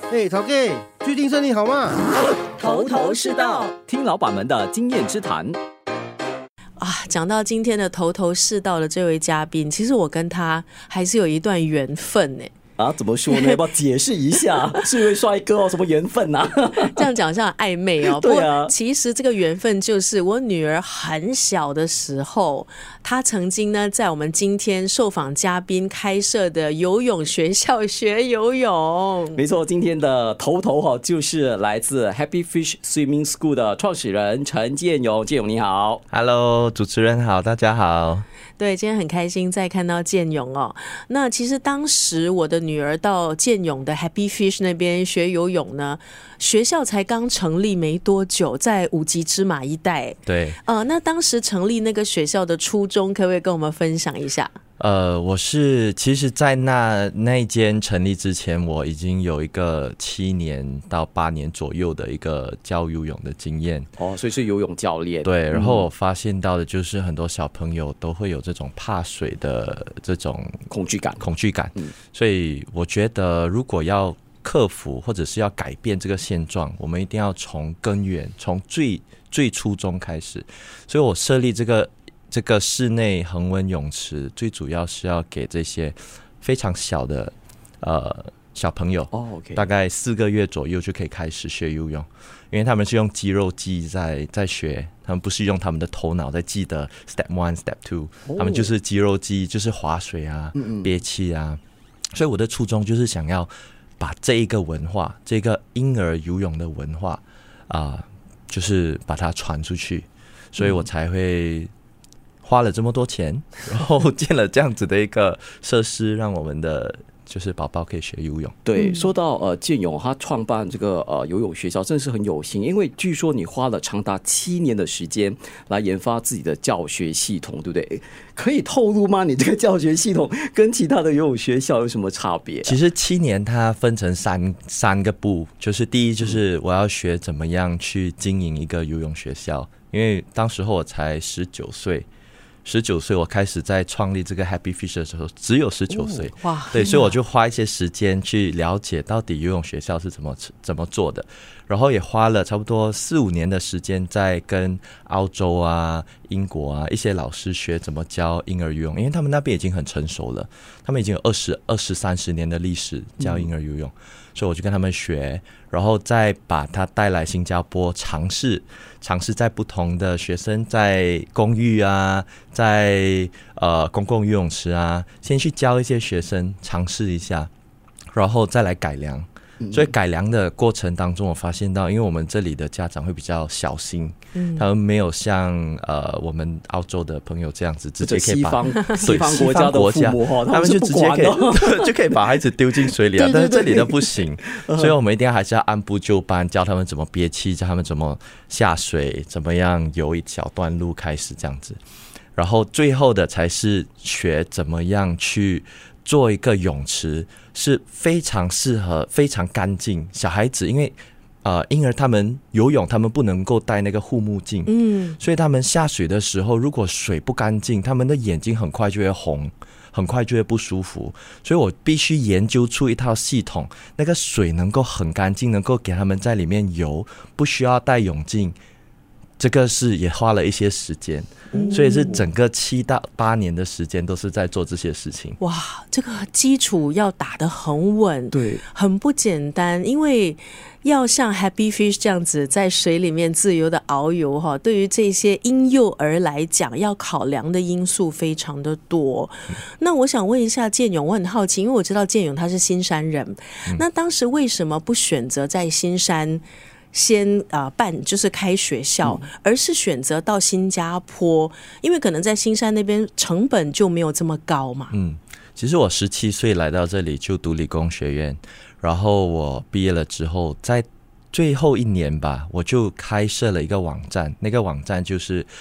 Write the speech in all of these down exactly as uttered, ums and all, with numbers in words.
哎，陶 K， 最近身体好吗？ 头头是道，听老板们的经验之谈。 啊，讲到今天的头头是道的这位嘉宾，其实我跟他还是有一段缘分呢。 啊，怎么说呢？要不要解释一下？是一位帅哥哦，什么缘分啊？ 这样讲像暧昧哦。 对啊， 其实这个缘分就是我女儿很小的时候，她曾经呢在我们今天受访嘉宾开设的游泳学校学游泳。 没错，今天的头头哈就是来自 Happy Fish Swimming School 的创始人陈建勇。建勇你好。 Hello， 主持人好，大家好。 对，今天很开心再看到建勇哦。那其实当时我的女儿到建勇的 Happy Fish 那边学游泳呢，学校才刚成立没多久，在五级芝马一带。 对， 呃，那当时成立那个学校的初衷，可不可以跟我们分享一下？ 呃，我是其实，在那那一间成立之前，我已经有一个七年到八年左右的一个教游泳的经验。 哦，所以是游泳教练。 对，然后我发现到的就是很多小朋友都会有这种怕水的这种恐惧感， 恐惧感。 嗯， 所以我觉得，如果要克服或者是要改变这个现状，我们一定要从根源，从最最初中开始。所以我设立这个。这个室内恒温泳池最主要是要给这些非常小的呃小朋友， 哦 okay， 大概四个月左右就可以开始学游泳，因为他们是用肌肉记忆在在学，他们不是用他们的头脑在记得 step one step two，哦，他们就是肌肉记忆，就是划水啊，嗯嗯憋气啊。所以我的初衷就是想要把这一个文化，这个婴儿游泳的文化啊，呃，就是把它传出去，所以我才会花了这么多钱，然后建了这样子的一个设施，让我们的就是宝宝可以学游泳。 对，说到呃建勇他创办这个呃游泳学校，真的是很有心，因为据说你花了长达七年的时间来研发自己的教学系统，对不对？可以透露吗？你这个教学系统跟其他的游泳学校有什么差别啊？ 其实七年它分成三三个步，就是第一就是我要学怎么样去经营一个游泳学校，因为当时候我才十九岁。十九岁，我开始在创立这个 Happy Fish 的时候，只有十九岁。哇！对，所以我就花一些时间去了解到底游泳学校是怎么怎么做的，然后也花了差不多四五年的时间，在跟澳洲啊、英国啊一些老师学怎么教婴儿游泳，因为他们那边已经很成熟了，他们已经有二十二十三十年的历史教婴儿游泳。嗯，所以我就跟他们学，然后再把他带来新加坡，尝试尝试在不同的学生在公寓啊，在呃公共游泳池啊，先去教一些学生尝试一下，然后再来改良。所以改良的过程当中，我发现到，因为我们这里的家长会比较小心，嗯，他们没有像呃我们澳洲的朋友这样子直接可以把西方西方国家的父母他们就直接可以就可以把孩子丢进水里啊，但是这里的不行，所以我们一定要还是要按部就班，教他们怎么憋气，教他们怎么下水，怎么样游一小段路开始这样子，然后最后的才是学怎么样去做一个泳池是非常适合非常干净小孩子，因为呃婴儿他们游泳他们不能够戴那个护目镜，嗯，所以他们下水的时候如果水不干净，他们的眼睛很快就会红，很快就会不舒服，所以我必须研究出一套系统，那个水能够很干净，能够给他们在里面游，不需要戴泳镜，这个是也花了一些时间，所以是整个七到八年的时间都是在做这些事情。 哇，这个基础要打得很稳， 对， 很不简单，因为要像 Happy Fish 这样子在水里面自由的遨游，对于这些婴幼儿来讲，要考量的因素非常的多。嗯，那我想问一下建勇，我很好奇，因为我知道建勇他是新山人，嗯，那当时为什么不选择在新山先啊、呃、办就是开学校，嗯，而是选择到新加坡，因为可能在新山那边成本就没有这么高嘛。 嗯，其实我十七岁来到这里就读理工学院，然后我毕业了之后，在最后一年吧，我就开设了一个网站，那个网站就是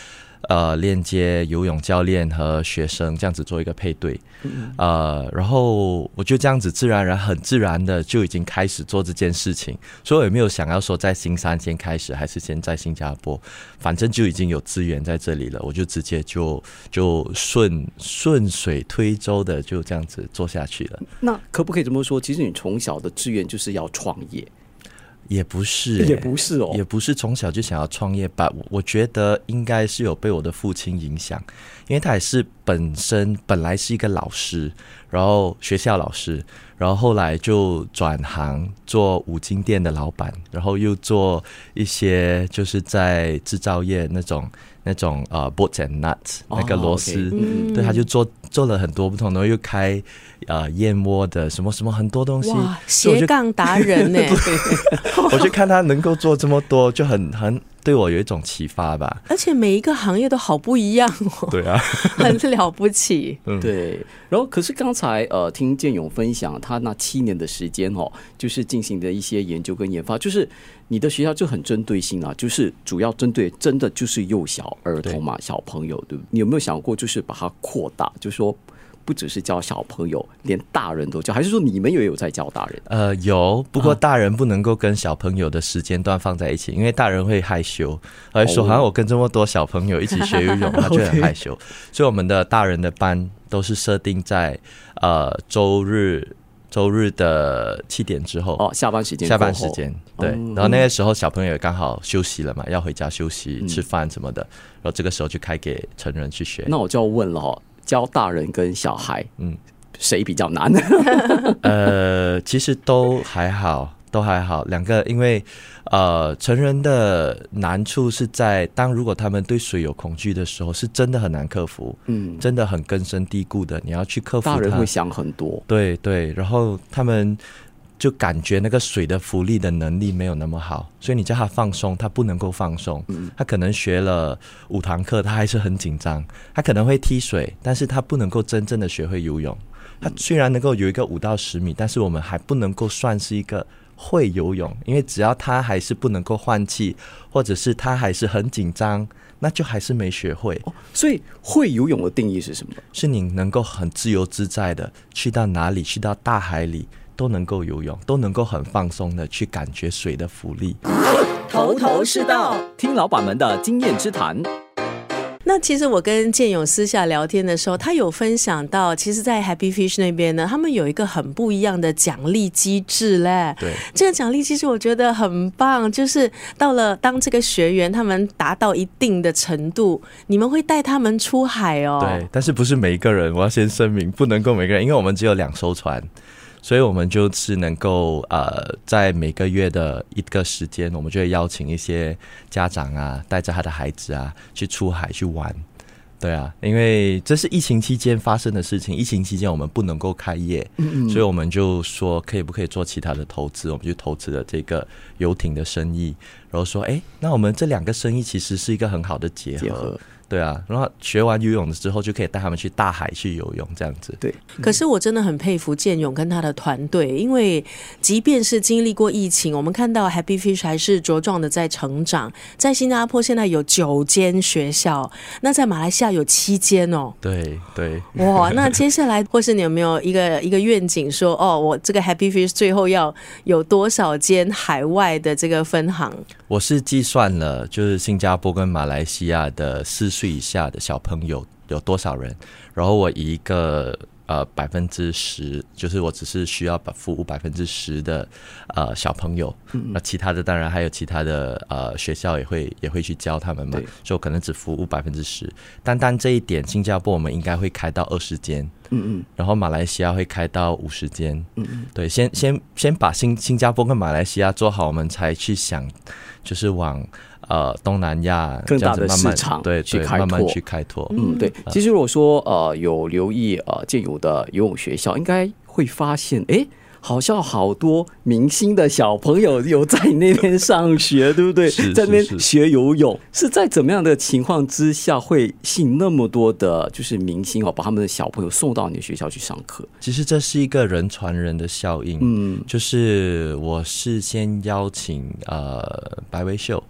呃链接游泳教练和学生这样子做一个配对，呃，然后我就这样子自然而然很自然的就已经开始做这件事情，所以我也没有想要说在新山先开始还是先在新加坡，反正就已经有资源在这里了，我就直接就就顺顺水推舟的就这样子做下去了。 那可不可以这么说，其实你从小的志愿就是要创业？ 也不是、欸， 也不是哦， 也不是从小就想要创业吧。我觉得应该是有被我的父亲影响，因为他也是本身本来是一个老师，然后学校老师，然后后来就转行做五金店的老板，然后又做一些就是在制造业那种那种呃 bolts and nuts、哦、那个螺丝， okay, 对，他就做做了很多不同的，又开呃燕窝的什么什么很多东西， 哇，斜杠达人呢！ 我就看他能够做这么多，就很很对我有一种启发吧。 而且每一个行业都好不一样哦。 对啊， 很了不起。 嗯，对。然后，可是刚才呃，听建勇分享他那七年的时间哦，就是进行的一些研究跟研发，就是你的学校就很针对性啊，就是主要针对真的就是幼小儿童嘛，小朋友，对不对？你有没有想过，就是把它扩大，就是说不只是教小朋友，连大人都教，还是说你们也有在教大人？ 呃，有，不过大人不能够跟小朋友的时间段放在一起，因为大人会害羞，而说好像我跟这么多小朋友一起学游泳，他就很害羞，所以我们的大人的班都是设定在呃周日。周日的七点之后， 哦，下班时间， 下班时间，对、 哦， 然后那个时候小朋友也刚好休息了嘛，要回家休息、 嗯、 吃饭什么的，然后这个时候就开给成人去学。 那我就要问了哦，教大人跟小孩，嗯，谁比较难？ 呃，其实都还好。都还好，两个，因为呃，成人的难处是在当如果他们对水有恐惧的时候，是真的很难克服，嗯，真的很根深蒂固的，你要去克服它。 大人会想很多， 对对，然后他们就感觉那个水的浮力的能力没有那么好，所以你叫他放松，他不能够放松，嗯，他可能学了五堂课，他还是很紧张，他可能会踢水，但是他不能够真正的学会游泳。他虽然能够有一个五到十米，但是我们还不能够算是一个会游泳，因为只要他还是不能够换气，或者是他还是很紧张，那就还是没学会、 哦、所以会游泳的定义是什么？ 是你能够很自由自在的去到哪里，去到大海里都能够游泳，都能够很放松的去感觉水的浮力。 头头是道，听老板们的经验之谈。 那其实我跟建勇私下聊天的时候，他有分享到，其实在 Happy Fish 那边呢，他们有一个很不一样的奖励机制嘞。 对， 这个奖励机制我觉得很棒，就是到了当这个学员他们达到一定的程度，你们会带他们出海哦。 对，但是不是每一个人，我要先声明，不能够每个人，因为我们只有两艘船。所以我们就是能够呃，在每个月的一个时间，我们就会邀请一些家长啊，带着他的孩子啊，去出海去玩。对啊，因为这是疫情期间发生的事情，疫情期间我们不能够开业，嗯嗯，所以我们就说可以不可以做其他的投资，我们就投资了这个游艇的生意，然后说，哎，那我们这两个生意其实是一个很好的结合。结合对啊，然后学完游泳之后就可以带他们去大海去游泳，这样子。 对， 可是我真的很佩服建勇跟他的团队，因为即便是经历过疫情，我们看到 Happy Fish 还是茁壮的在成长。在新加坡现在有九间学校，那在马来西亚有七间哦。 对对， 哇，那接下来或是你有没有一个一个愿景说，哦，我这个 Happy Fish 最后要有多少间海外的这个分行？ 我是计算了，就是新加坡跟马来西亚的四岁以下的小朋友有多少人，然后我以一个呃百分之十，就是我只是需要服务百分之十的呃小朋友，那、嗯、其他的当然还有其他的呃学校也会也会去教他们嘛，所以我可能只服务百分之十。单单这一点，新加坡我们应该会开到二十间。嗯嗯，然后马来西亚会开到五十间，嗯嗯，对，先先先把新新加坡跟马来西亚做好，我们才去想，就是往呃东南亚更大的市场对去开拓， 慢慢去开拓。 嗯，对。其实如果说呃有留意呃建勇的游泳学校，应该会发现，哎，好像好多明星的小朋友有在那边上学，对不对？在那边学游泳，是在怎么样的情况之下会吸引那么多的，就是明星哦，把他们的小朋友送到你的学校去上课？ 其实这是一个人传人的效应，嗯，就是我是先邀请呃白薇秀。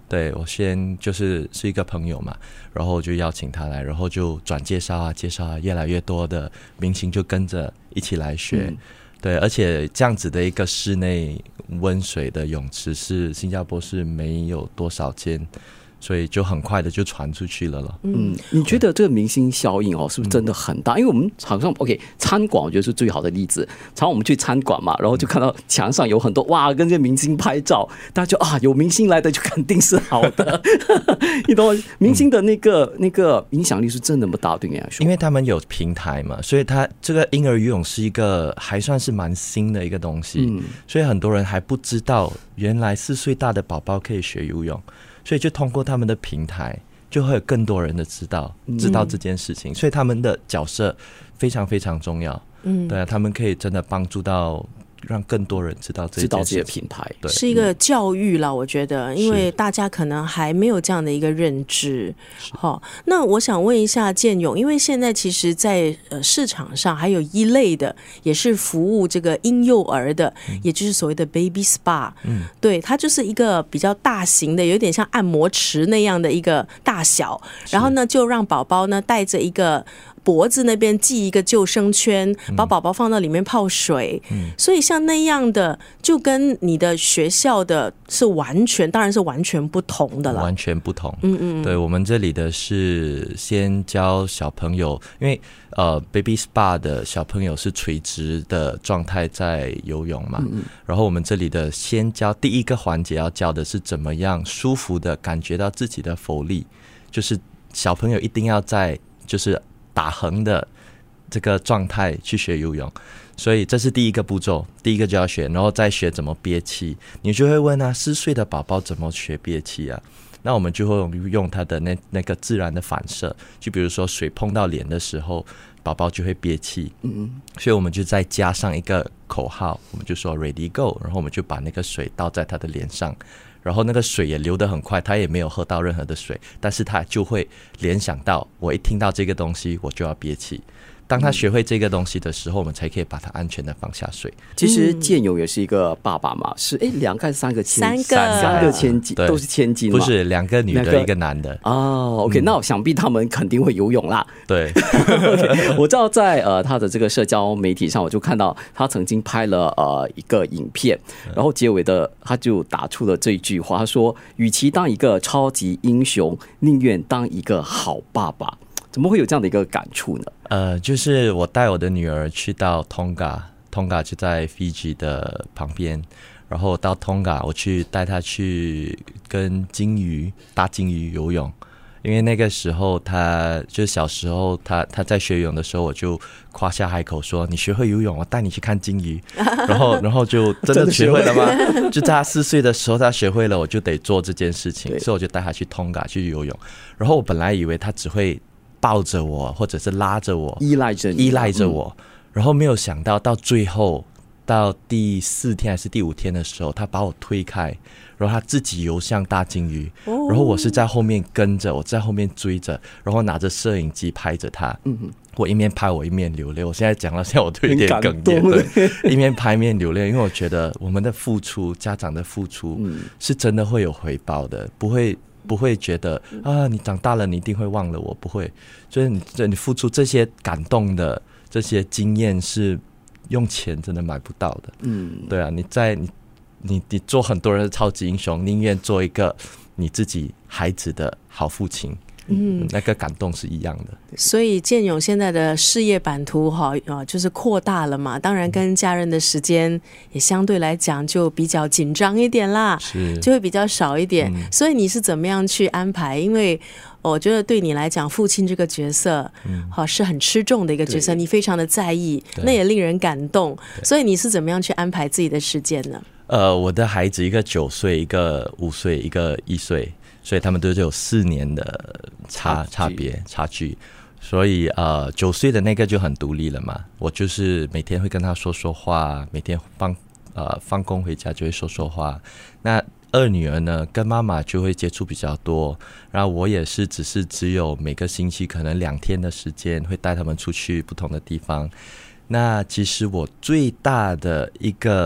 对，我先就是是一个朋友嘛，然后就邀请他来，然后就转介绍啊，介绍啊，越来越多的明星就跟着一起来学。嗯，对，而且这样子的一个室内温水的泳池是新加坡是没有多少间，所以就很快的就传出去了了。 嗯，你觉得这个明星效应哦，是不是真的很大？嗯，因为我们好像 OK 餐馆，我觉得是最好的例子。常常我们去餐馆嘛，然后就看到墙上有很多哇，跟这些明星拍照，大家就啊，有明星来的就肯定是好的。你懂吗？明星的那个、嗯、那个影响力是真的那么大，对你来说？ 因为他们有平台嘛，所以他这个婴儿游泳是一个还算是蛮新的一个东西，嗯，所以很多人还不知道原来四岁大的宝宝可以学游泳。所以就通过他们的平台，就会有更多人的知道知道这件事情，嗯，所以他们的角色非常非常重要。嗯，对啊，他们可以真的帮助到让更多人知道这件事情，知道这些品牌， 对，是一个教育啦，我觉得，因为大家可能还没有这样的一个认知。好，那我想问一下建勇，因为现在其实在呃市场上还有一类的，也是服务这个婴幼儿的，嗯，也就是所谓的 baby spa。嗯，对，它就是一个比较大型的，有点像按摩池那样的一个大小，然后呢，就让宝宝呢带着一个脖子那边系一个救生圈，把宝宝放到里面泡水。嗯，所以像那样的就跟你的学校的是完全当然是完全不同的了， 完全不同。嗯嗯，对，我们这里的是先教小朋友，因为呃 baby spa 的小朋友是垂直的状态在游泳嘛，嗯，然后我们这里的先教第一个环节要教的是怎么样舒服的感觉到自己的浮力，就是小朋友一定要在就是打横的这个状态去学游泳，所以这是第一个步骤，第一个就要学，然后再学怎么憋气。你就会问啊，四岁的宝宝怎么学憋气啊？那我们就会用他的那那个自然的反射，就比如说水碰到脸的时候，宝宝就会憋气。嗯，所以我们就再加上一个口号，我们就说 Ready Go， 然后我们就把那个水倒在他的脸上。然后那个水也流得很快，他也没有喝到任何的水，但是他就会联想到，我一听到这个东西我就要憋气。当他学会这个东西的时候，我们才可以把他安全的放下水。 其实建勇也是一个爸爸嘛，是哎两个还是三个千金？ 三个三个千金都是千金嘛？ 不是，两个女的一个男的。 哦 ，OK，嗯，那我想必他们肯定会游泳啦。 对 ，okay， 我知道在呃他的这个社交媒体上，我就看到他曾经拍了呃一个影片，然后结尾的他就打出了这句话，他说：“与其当一个超级英雄，宁愿当一个好爸爸。”怎么会有这样的一个感触呢？ 呃，就是我带我的女儿去到 Tonga，Tonga 就在 Fiji 的旁边，然后到 Tonga 我去带她去跟鲸鱼大鲸鱼游泳，因为那个时候她就小时候她她在学游泳的时候，我就夸下海口说你学会游泳，我带你去看鲸鱼，然后然后就真的学会了吗？就在她四岁的时候她学会了，我就得做这件事情，所以我就带她去 Tonga 去游泳，然后我本来以为她只会抱着我，或者是拉着我， 依赖着依赖着我，嗯，然后没有想到到最后，到第四天还是第五天的时候，他把我推开，然后他自己游向大鲸鱼，哦，然后我是在后面跟着，我在后面追着，然后拿着摄影机拍着他。嗯哼，我一面拍我一面流泪，我现在讲到现在我都有点哽咽，对，一面拍一面流泪，因为我觉得我们的付出，家长的付出，嗯，是真的会有回报的，不会。不会觉得啊，你长大了你一定会忘了我，不会，就是你你付出这些感动的这些经验是用钱真的买不到的。嗯，对啊，你在你你你做很多人的超级英雄，宁愿做一个你自己孩子的好父亲。嗯，那个感动是一样的。 所以建勇现在的事业版图哈啊，就是扩大了嘛，当然跟家人的时间也相对来讲就比较紧张一点啦， 是就会比较少一点。嗯，所以你是怎么样去安排？因为我觉得对你来讲，父亲这个角色，嗯，好是很吃重的一个角色，你非常的在意，那也令人感动。所以你是怎么样去安排自己的时间呢？ 呃，我的孩子一个九岁，一个五岁，一个一岁。所以他们都有四年的差差别差距，所以呃九岁的那个就很独立了嘛，我就是每天会跟他说说话，每天放呃放工回家就会说说话。那二女儿呢，跟妈妈就会接触比较多，然后我也是只是只有每个星期可能两天的时间会带他们出去不同的地方。那其实我最大的一个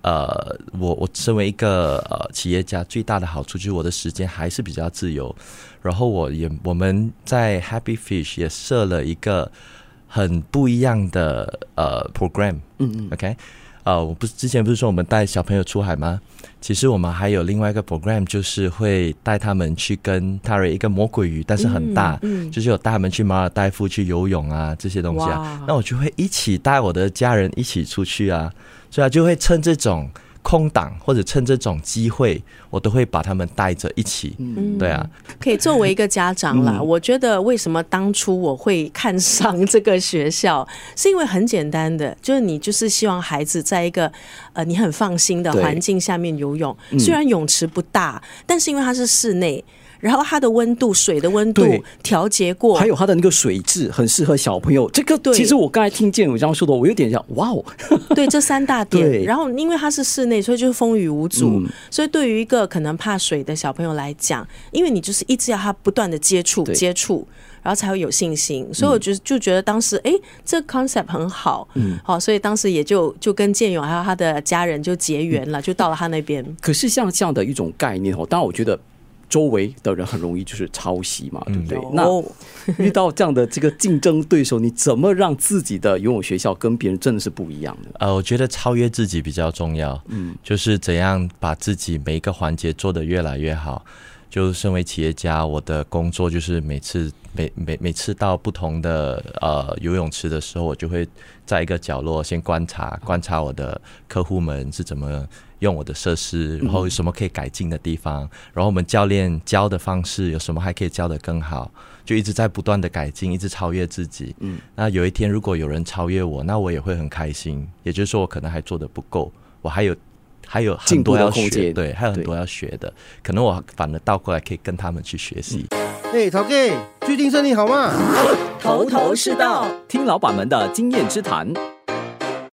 呃，我我身为一个呃企业家，最大的好处就是我的时间还是比较自由。然后我也我们在 Happy Fish 也设了一个很不一样的呃 program， 嗯嗯 ，OK， 呃，我不是之前不是说我们带小朋友出海吗？其实我们还有另外一个 program， 就是会带他们去跟 Tari 一个魔鬼鱼，但是很大，嗯嗯、就是有带他们去马尔代夫去游泳啊这些东西啊。那我就会一起带我的家人一起出去啊，所以啊就会趁这种空档或者趁这种机会，我都会把他们带着一起。嗯，对啊， 可以作为一个家长啦，嗯、我觉得为什么当初我会看上这个学校，是因为很简单的，就是你就是希望孩子在一个呃你很放心的环境下面游泳，虽然泳池不大，但是因为它是室内。然后它的温度，水的温度调节过， 还有它的那个水质很适合小朋友。这个其实我刚才听见我这样说的，我有点想哇哦。 对，这三大点。然后因为它是室内，所以就是风雨无阻。嗯、所以对于一个可能怕水的小朋友来讲，因为你就是一直要他不断的接触接触，然后才会有信心。所以我就就觉得当时哎，这个 concept 很好，嗯，好，所以当时也就就跟建勇还有他的家人就结缘了，嗯、就到了他那边。 可是像这样的一种概念哦，当然我觉得。周围的人很容易就是抄袭嘛，对不对？嗯、那遇到这样的这个竞争对手，你怎么让自己的游泳学校跟别人真的是不一样的？ 呃，我觉得超越自己比较重要，嗯，就是怎样把自己每一个环节做得越来越好。就身为企业家，我的工作就是每次每每每次到不同的呃游泳池的时候，我就会在一个角落先观察观察我的客户们是怎么用我的设施，然后有什么可以改进的地方，然后我们教练教的方式有什么还可以教得更好，就一直在不断的改进，一直超越自己。嗯，那有一天如果有人超越我，那我也会很开心。也就是说，我可能还做得不够，我还有。还有很多要学，对，还有很多要学的，可能我反而倒过来可以跟他们去学习。 哎，陶哥，最近生意好吗？ 头头是道，听老板们的经验之谈。